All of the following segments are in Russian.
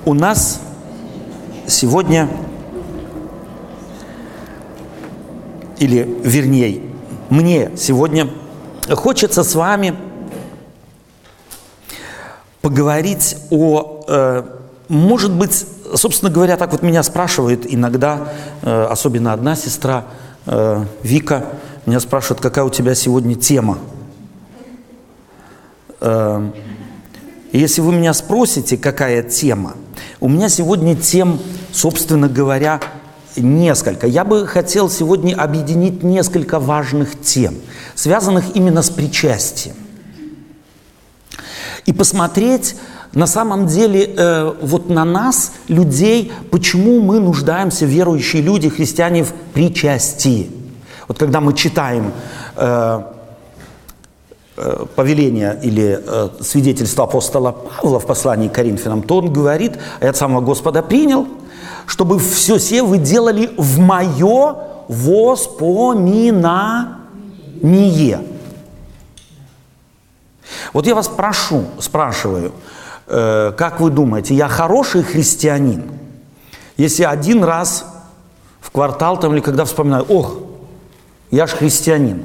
У нас сегодня, или вернее, мне сегодня хочется с вами поговорить о, может быть, собственно говоря, так вот меня спрашивают иногда, особенно одна сестра, Вика, меня спрашивает, какая у тебя сегодня тема. Если вы меня спросите, какая тема, у меня сегодня тем, собственно говоря, несколько. Я бы хотел сегодня объединить несколько важных тем, связанных именно с причастием. И посмотреть на самом деле вот на нас, людей, почему мы нуждаемся, верующие люди, христиане, в причастии. Вот когда мы читаем повеление или свидетельство апостола Павла в послании к Коринфянам, то он говорит, я от самого Господа принял, чтобы все сие вы делали в мое воспоминание. Вот я вас спрашиваю, как вы думаете, я хороший христианин, если один раз в квартал там, или когда вспоминаю, ох, я ж христианин.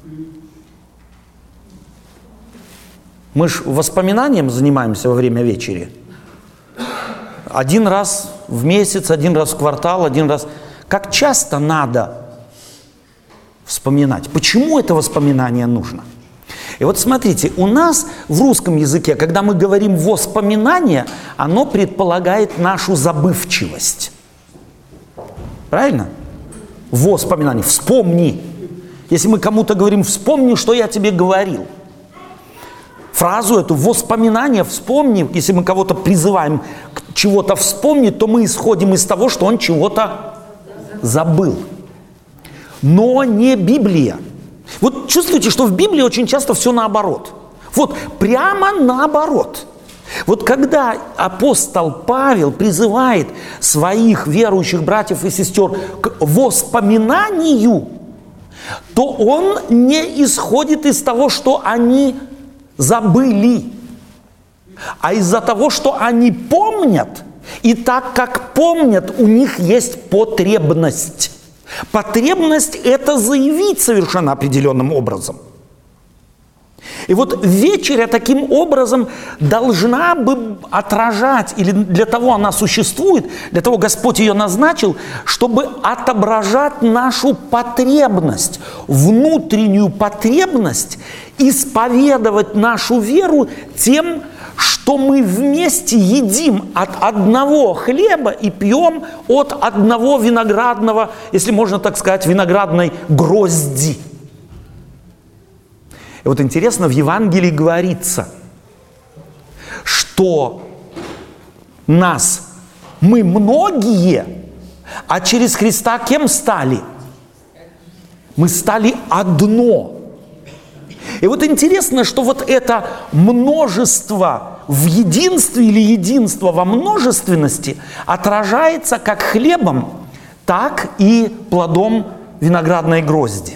Мы ж воспоминанием занимаемся во время вечери. Один раз в месяц, один раз в квартал, один раз. Как часто надо вспоминать? Почему это воспоминание нужно? И вот смотрите, у нас в русском языке, когда мы говорим «воспоминание», оно предполагает нашу забывчивость. Правильно? Воспоминание. Вспомни. Если мы кому-то говорим «вспомни, что я тебе говорил», фразу эту «воспоминание», «вспомни», если мы кого-то призываем чего-то вспомнить, то мы исходим из того, что он чего-то забыл. Но не Библия. Вот чувствуете, что в Библии очень часто все наоборот. Вот прямо наоборот. Вот когда апостол Павел призывает своих верующих братьев и сестер к воспоминанию, то он не исходит из того, что они забыли, а из-за того, что они помнят, и так как помнят, у них есть потребность. Потребность – это заявить совершенно определенным образом. И вот вечеря таким образом должна бы отражать, или для того она существует, для того Господь ее назначил, чтобы отображать нашу потребность, внутреннюю потребность, исповедовать нашу веру тем, что мы вместе едим от одного хлеба и пьем от одного виноградного, если можно так сказать, виноградной грозди. И вот интересно, в Евангелии говорится, что мы многие, а через Христа кем стали? Мы стали одно. И вот интересно, что вот это множество в единстве или единство во множественности отражается как хлебом, так и плодом виноградной грозди.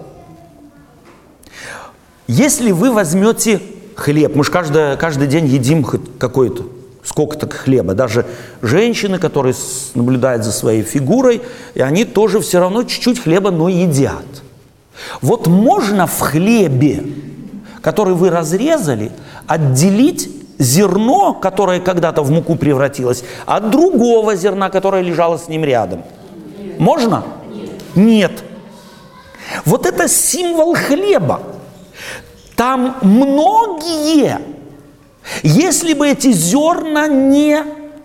Если вы возьмете хлеб, мы же каждый день едим хоть какой-то, сколько-то хлеба, даже женщины, которые наблюдают за своей фигурой, и они тоже все равно чуть-чуть хлеба, но едят. Вот можно в хлебе, который вы разрезали, отделить зерно, которое когда-то в муку превратилось, от другого зерна, которое лежало с ним рядом? Можно? Нет. Вот это символ хлеба. Там многие, если бы эти зерна не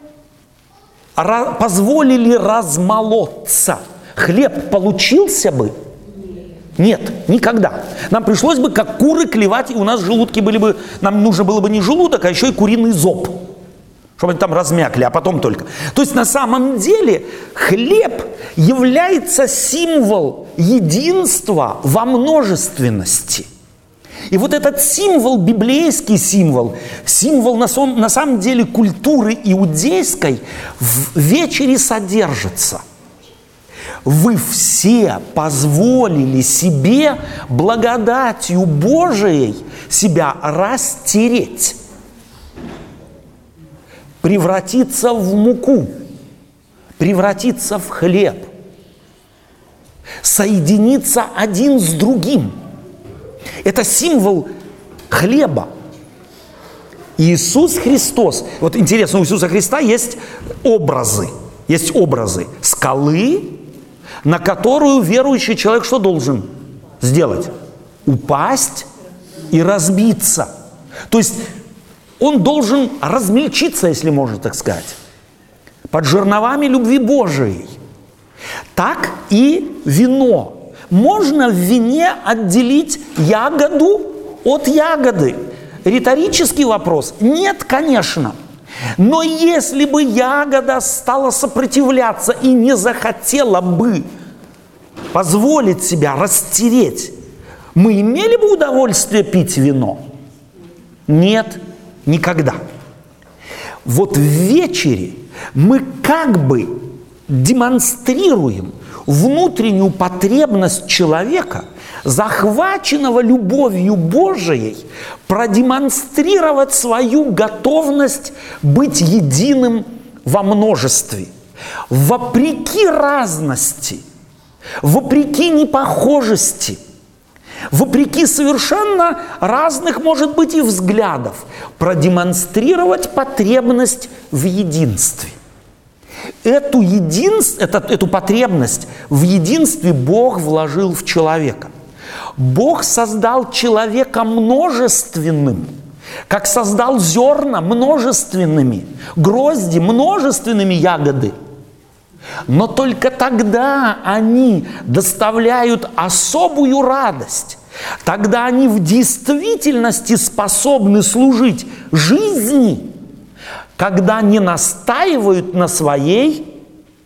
позволили размолоться, хлеб получился бы? Нет, никогда. Нам пришлось бы, как куры, клевать, и у нас желудки были бы, нам нужно было бы не желудок, а еще и куриный зоб, чтобы они там размякли, а потом только. То есть на самом деле хлеб является символ единства во множественности. И вот этот символ, библейский символ на самом деле культуры иудейской в вечере содержится. Вы все позволили себе благодатью Божией себя растереть. превратиться в муку, превратиться в хлеб, соединиться один с другим. Это символ хлеба. Иисус Христос. Вот интересно, у Иисуса Христа есть образы. Есть образы скалы, на которую верующий человек что должен сделать? Упасть и разбиться. То есть он должен размельчиться, если можно так сказать, под жерновами любви Божией. Так и вино. Можно в вине отделить ягоду от ягоды. Риторический вопрос. Нет, конечно. Но если бы ягода стала сопротивляться и не захотела бы позволить себя растереть, мы имели бы удовольствие пить вино? Нет, никогда. Вот в вечере мы как бы демонстрируем внутреннюю потребность человека, захваченного любовью Божией, продемонстрировать свою готовность быть единым во множестве, вопреки разности, вопреки непохожести, вопреки совершенно разных, может быть, и взглядов, продемонстрировать потребность в единстве. Эту потребность в единстве Бог вложил в человека. Бог создал человека множественным, как создал зерна множественными, грозди множественными, ягоды. Но только тогда они доставляют особую радость. Тогда они в действительности способны служить жизни, когда не настаивают на своей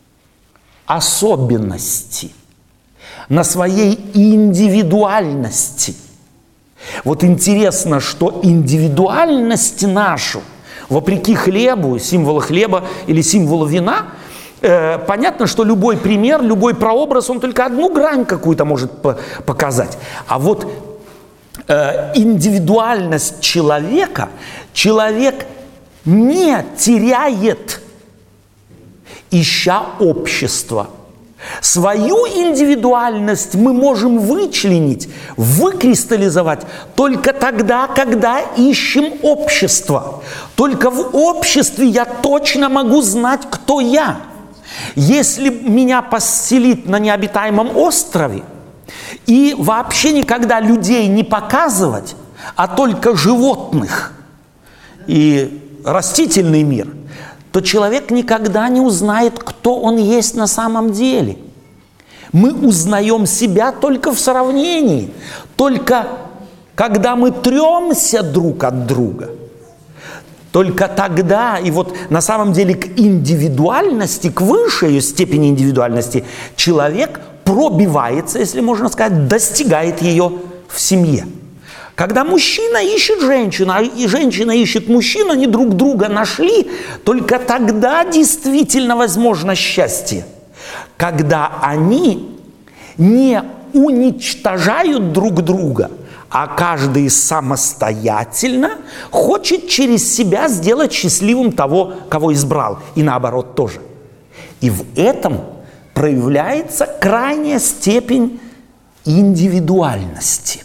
особенности, на своей индивидуальности. Вот интересно, что индивидуальность нашу, вопреки хлебу, символу хлеба или символу вина, понятно, что любой пример, любой прообраз, он только одну грань какую-то может показать. А вот индивидуальность человека, человек не теряет, ища общество. Свою индивидуальность мы можем вычленить, выкристаллизовать только тогда, когда ищем общество. Только в обществе я точно могу знать, кто я. Если меня поселить на необитаемом острове и вообще никогда людей не показывать, а только животных и растительный мир, то человек никогда не узнает, кто он есть на самом деле. Мы узнаем себя только в сравнении, только когда мы тремся друг от друга. Только тогда, и вот на самом деле к индивидуальности, к высшей степени индивидуальности человек пробивается, если можно сказать, достигает ее в семье. Когда мужчина ищет женщину, и женщина ищет мужчину, они друг друга нашли, только тогда действительно возможно счастье. Когда они не уничтожают друг друга, а каждый самостоятельно хочет через себя сделать счастливым того, кого избрал, и наоборот тоже. И в этом проявляется крайняя степень индивидуальности.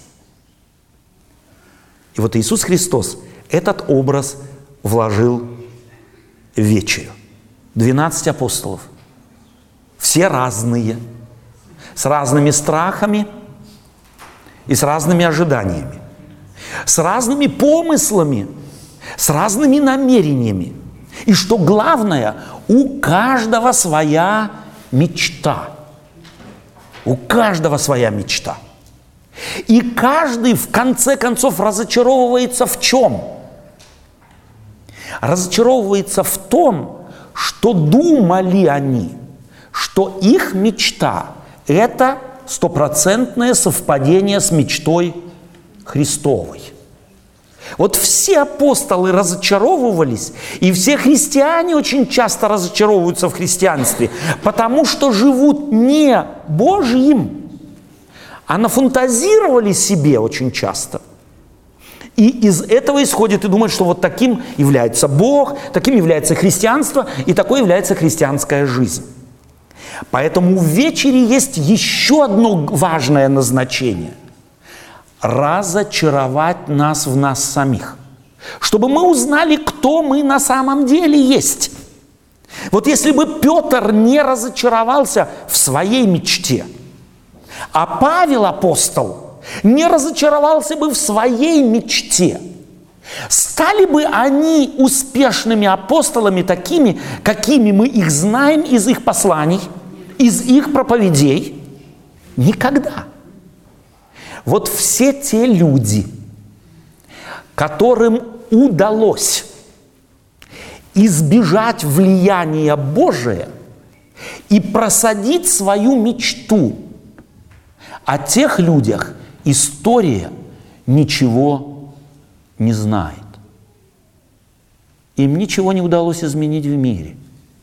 И вот Иисус Христос этот образ вложил в вечерю. 12 апостолов. Все разные, с разными страхами и с разными ожиданиями, с разными помыслами, с разными намерениями. И что главное, у каждого своя мечта. У каждого своя мечта. И каждый в конце концов разочаровывается в чем? Разочаровывается в том, что думали они, что их мечта – это стопроцентное совпадение с мечтой Христовой. Вот все апостолы разочаровывались, и все христиане очень часто разочаровываются в христианстве, потому что живут не Божьим, а нафантазировали себе очень часто. И из этого исходит и думает, что вот таким является Бог, таким является христианство, и такой является христианская жизнь. Поэтому в вечере есть еще одно важное назначение – разочаровать нас в нас самих, чтобы мы узнали, кто мы на самом деле есть. Вот если бы Петр не разочаровался в своей мечте, а Павел, апостол, не разочаровался бы в своей мечте, стали бы они успешными апостолами такими, какими мы их знаем из их посланий, из их проповедей? Никогда. Вот все те люди, которым удалось избежать влияния Божия и просадить свою мечту, о тех людях история ничего не знает. Им ничего не удалось изменить в мире.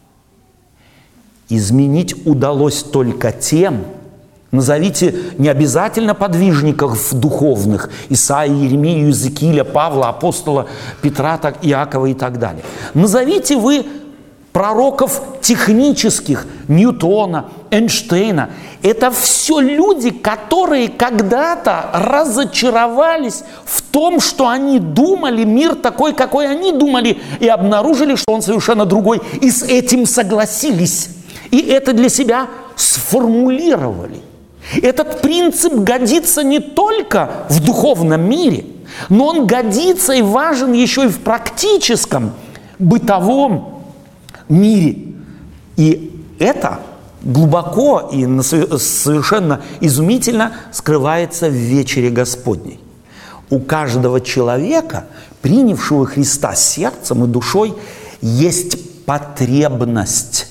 Изменить удалось только тем, назовите не обязательно подвижников духовных, Исаии, Иеремию, Иезекииля, Павла, апостола Петра, Иакова и так далее. Назовите вы пророков технических, Ньютона, Эйнштейна. Это все люди, которые когда-то разочаровались в том, что они думали, мир такой, какой они думали, и обнаружили, что он совершенно другой, и с этим согласились. И это для себя сформулировали. Этот принцип годится не только в духовном мире, но он годится и важен еще и в практическом, бытовом мире. И это глубоко и совершенно изумительно скрывается в вечере Господней. У каждого человека, принявшего Христа сердцем и душой, есть потребность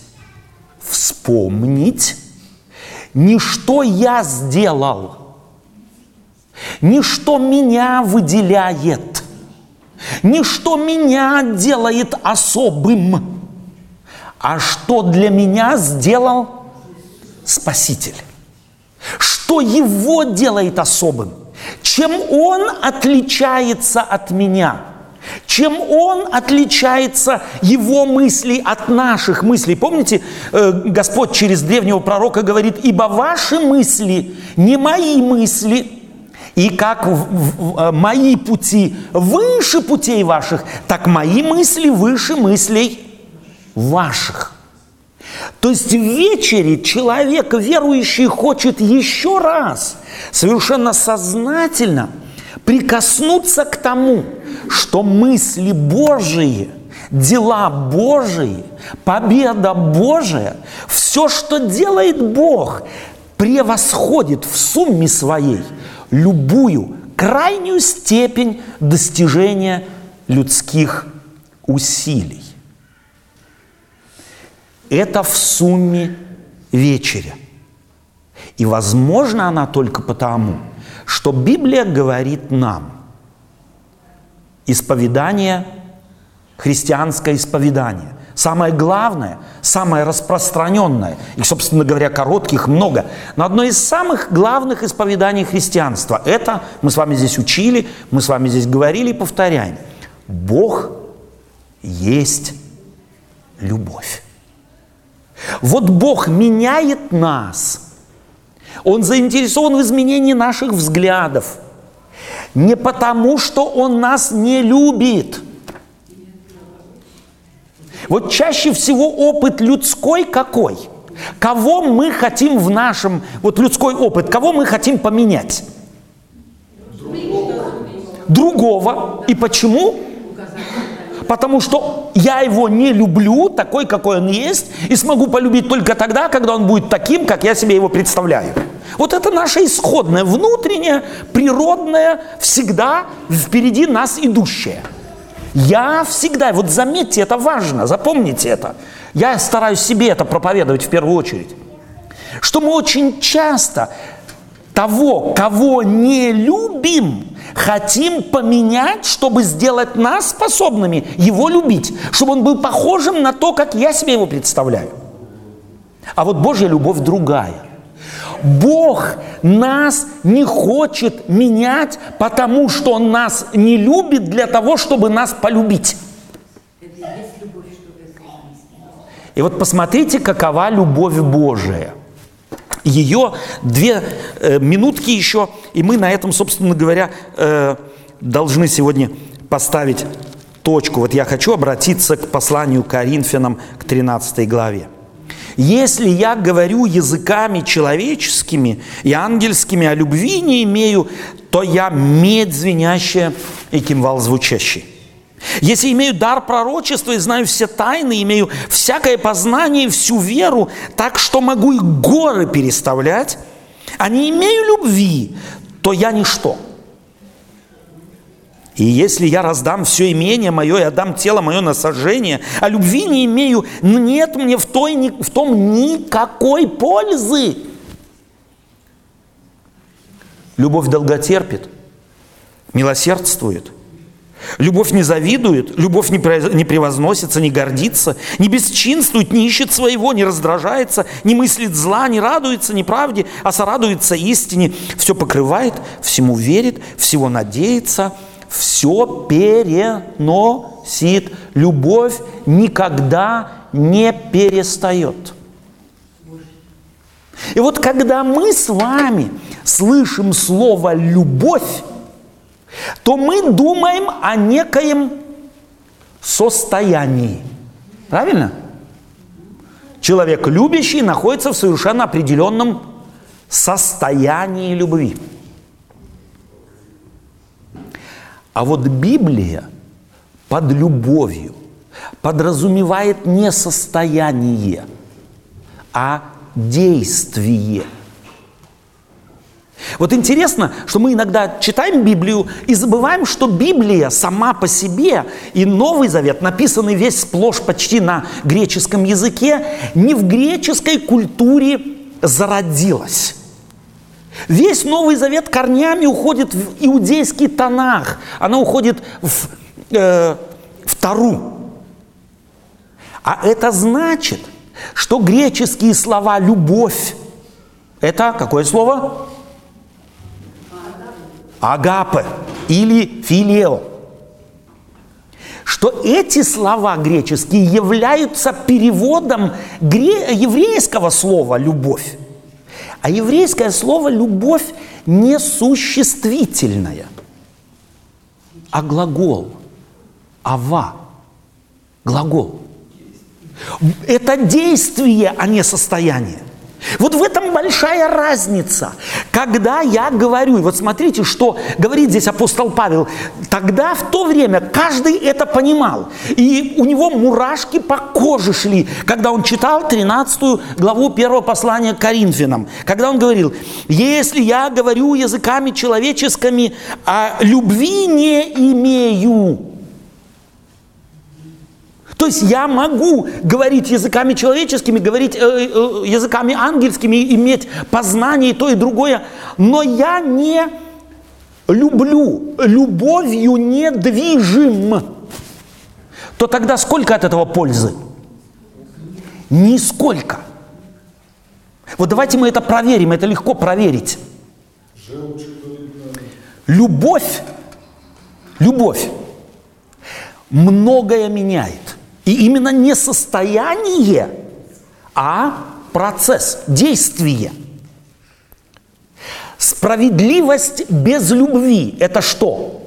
вспомнить не что я сделал, не что меня выделяет, не что меня делает особым, а что для меня сделал Спаситель. Что его делает особым, чем он отличается от меня, чем он отличается, его мысли от наших мыслей. Помните, Господь через древнего пророка говорит: «Ибо ваши мысли не мои мысли, и как мои пути выше путей ваших, так мои мысли выше мыслей ваших». То есть в вечере человек, верующий, хочет еще раз совершенно сознательно прикоснуться к тому, что мысли Божии, дела Божии, победа Божия, все, что делает Бог, превосходит в сумме своей любую крайнюю степень достижения людских усилий. Это в сумме вечеря. И возможно она только потому, что Библия говорит нам: исповедание, христианское исповедание, самое главное, самое распространенное, и, собственно говоря, коротких много, но одно из самых главных исповеданий христианства – это, мы с вами здесь учили, мы с вами здесь говорили и повторяем: Бог есть любовь. Вот Бог меняет нас. Он заинтересован в изменении наших взглядов. Не потому, что Он нас не любит. Вот чаще всего опыт людской какой? Кого мы хотим в нашем, вот людской опыт, кого мы хотим поменять? Другого. И почему? Потому что я его не люблю, такой, какой он есть, и смогу полюбить только тогда, когда он будет таким, как я себе его представляю. Вот это наше исходное, внутреннее, природное, всегда впереди нас идущее. Я всегда, вот заметьте, это важно, запомните это. Я стараюсь себе это проповедовать в первую очередь. Что мы очень часто того, кого не любим, хотим поменять, чтобы сделать нас способными его любить, чтобы он был похожим на то, как я себе его представляю. А вот Божья любовь другая. Бог нас не хочет менять, потому что Он нас не любит для того, чтобы нас полюбить. И вот посмотрите, какова любовь Божия. Ее 2 минутки еще, и мы на этом, собственно говоря, должны сегодня поставить точку. Вот я хочу обратиться к посланию к Коринфянам, к 13 главе. «Если я говорю языками человеческими и ангельскими, а любви не имею, то я медь звенящая и кимвал звучащий. Если имею дар пророчества и знаю все тайны, имею всякое познание и всю веру, так что могу и горы переставлять, а не имею любви, то я ничто. И если я раздам все имение мое и отдам тело мое на сожжение, а любви не имею, нет мне в том никакой пользы». Любовь долготерпит, милосердствует. Любовь не завидует, любовь не превозносится, не гордится, не бесчинствует, не ищет своего, не раздражается, не мыслит зла, не радуется неправде, а сорадуется истине. Все покрывает, всему верит, всего надеется, все переносит. Любовь никогда не перестает. И вот когда мы с вами слышим слово «любовь», то мы думаем о некоем состоянии. Правильно? Человек любящий находится в совершенно определенном состоянии любви. А вот Библия под любовью подразумевает не состояние, а действие. Вот интересно, что мы иногда читаем Библию и забываем, что Библия сама по себе и Новый Завет, написанный весь сплошь почти на греческом языке, не в греческой культуре зародилась. Весь Новый Завет корнями уходит в иудейский Танах, она уходит в Тору. А это значит, что греческие слова «любовь» – это какое слово? Агапе или филео. Что эти слова греческие являются переводом еврейского слова «любовь». А еврейское слово «любовь» не существительное, а глагол. Ава. Глагол. Это действие, а не состояние. Вот в этом большая разница. Когда я говорю, и вот смотрите, что говорит здесь апостол Павел, тогда в то время каждый это понимал. И у него мурашки по коже шли, когда он читал 13 главу 1 послания к Коринфянам. Когда он говорил: «Если я говорю языками человеческими, а любви не имею». То есть я могу говорить языками человеческими, говорить языками ангельскими, иметь познание и то, и другое, но я не люблю, любовью не движим. То тогда сколько от этого пользы? Нисколько. Вот давайте мы это проверим, это легко проверить. Любовь многое меняет. И именно не состояние, а процесс, действие. Справедливость без любви – это что?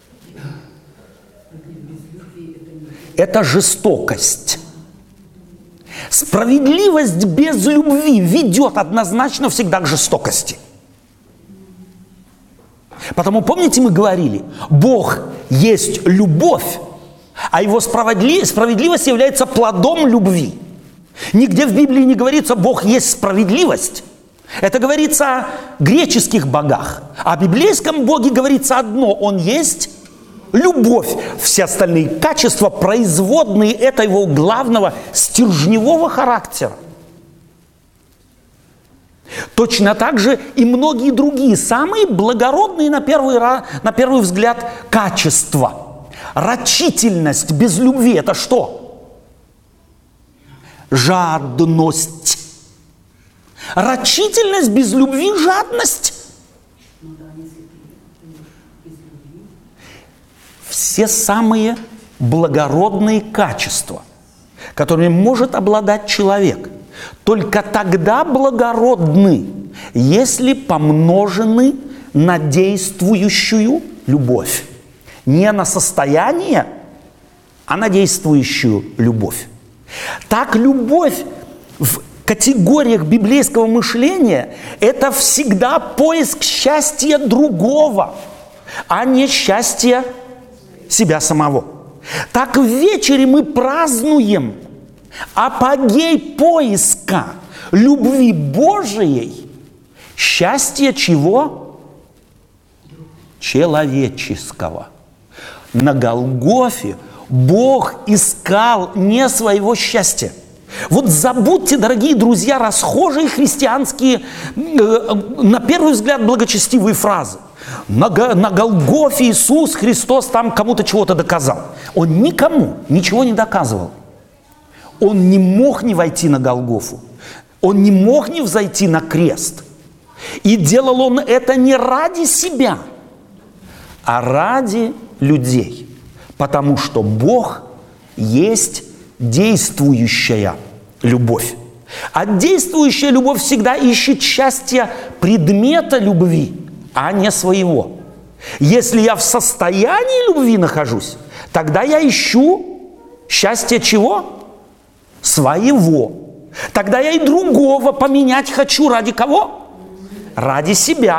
Это жестокость. Справедливость без любви ведет однозначно всегда к жестокости. Потому, помните, мы говорили, Бог есть любовь, а его справедливость является плодом любви. Нигде в Библии не говорится «Бог есть справедливость». Это говорится о греческих богах. А о библейском Боге говорится одно – Он есть любовь. Все остальные качества производные этого его главного стержневого характера. Точно так же и многие другие, самые благородные на первый взгляд качества. Рачительность без любви – это что? Жадность. Рачительность без любви – жадность. Все самые благородные качества, которыми может обладать человек, только тогда благородны, если помножены на действующую любовь. Не на состояние, а на действующую любовь. Так любовь в категориях библейского мышления – это всегда поиск счастья другого, а не счастья себя самого. Так в вечере мы празднуем апогей поиска любви Божией, счастья чего? Человеческого. На Голгофе Бог искал не своего счастья. Вот забудьте, дорогие друзья, расхожие христианские, на первый взгляд, благочестивые фразы. На Голгофе Иисус Христос там кому-то чего-то доказал. Он никому ничего не доказывал. Он не мог не войти на Голгофу. Он не мог не взойти на крест. И делал он это не ради себя, а ради людей. Потому что Бог есть действующая любовь. А действующая любовь всегда ищет счастья предмета любви, а не своего. Если я в состоянии любви нахожусь, тогда я ищу счастье чего? Своего. Тогда я и другого поменять хочу. Ради кого? Ради себя.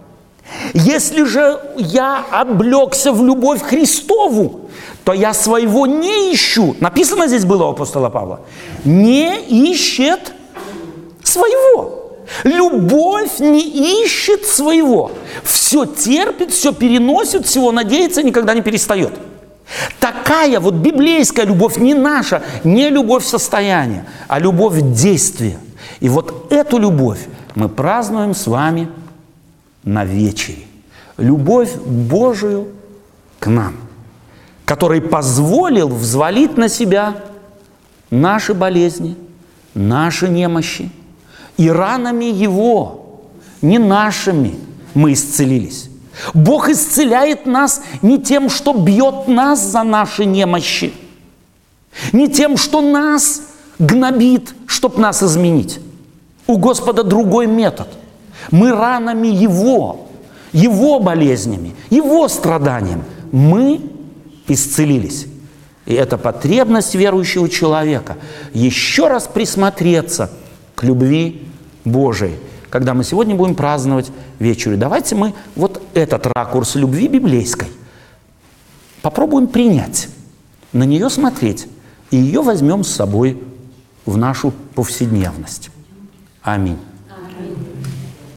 Если же я облегся в любовь Христову, то я своего не ищу. Написано здесь было у апостола Павла. Не ищет своего. Любовь не ищет своего. Все терпит, все переносит, всего надеется, никогда не перестает. Такая вот библейская любовь, не наша, не любовь состояния, а любовь действия. И вот эту любовь мы празднуем с вами на вечере. Любовь Божию к нам, который позволил взвалить на себя наши болезни, наши немощи. И ранами Его, не нашими, мы исцелились. Бог исцеляет нас не тем, что бьет нас за наши немощи, не тем, что нас гнобит, чтобы нас изменить. У Господа другой метод. Мы ранами Его, Его болезнями, Его страданием мы исцелились. И это потребность верующего человека еще раз присмотреться к любви Божией, когда мы сегодня будем праздновать вечерю. Давайте мы вот этот ракурс любви библейской попробуем принять, на нее смотреть, и ее возьмем с собой в нашу повседневность. Аминь.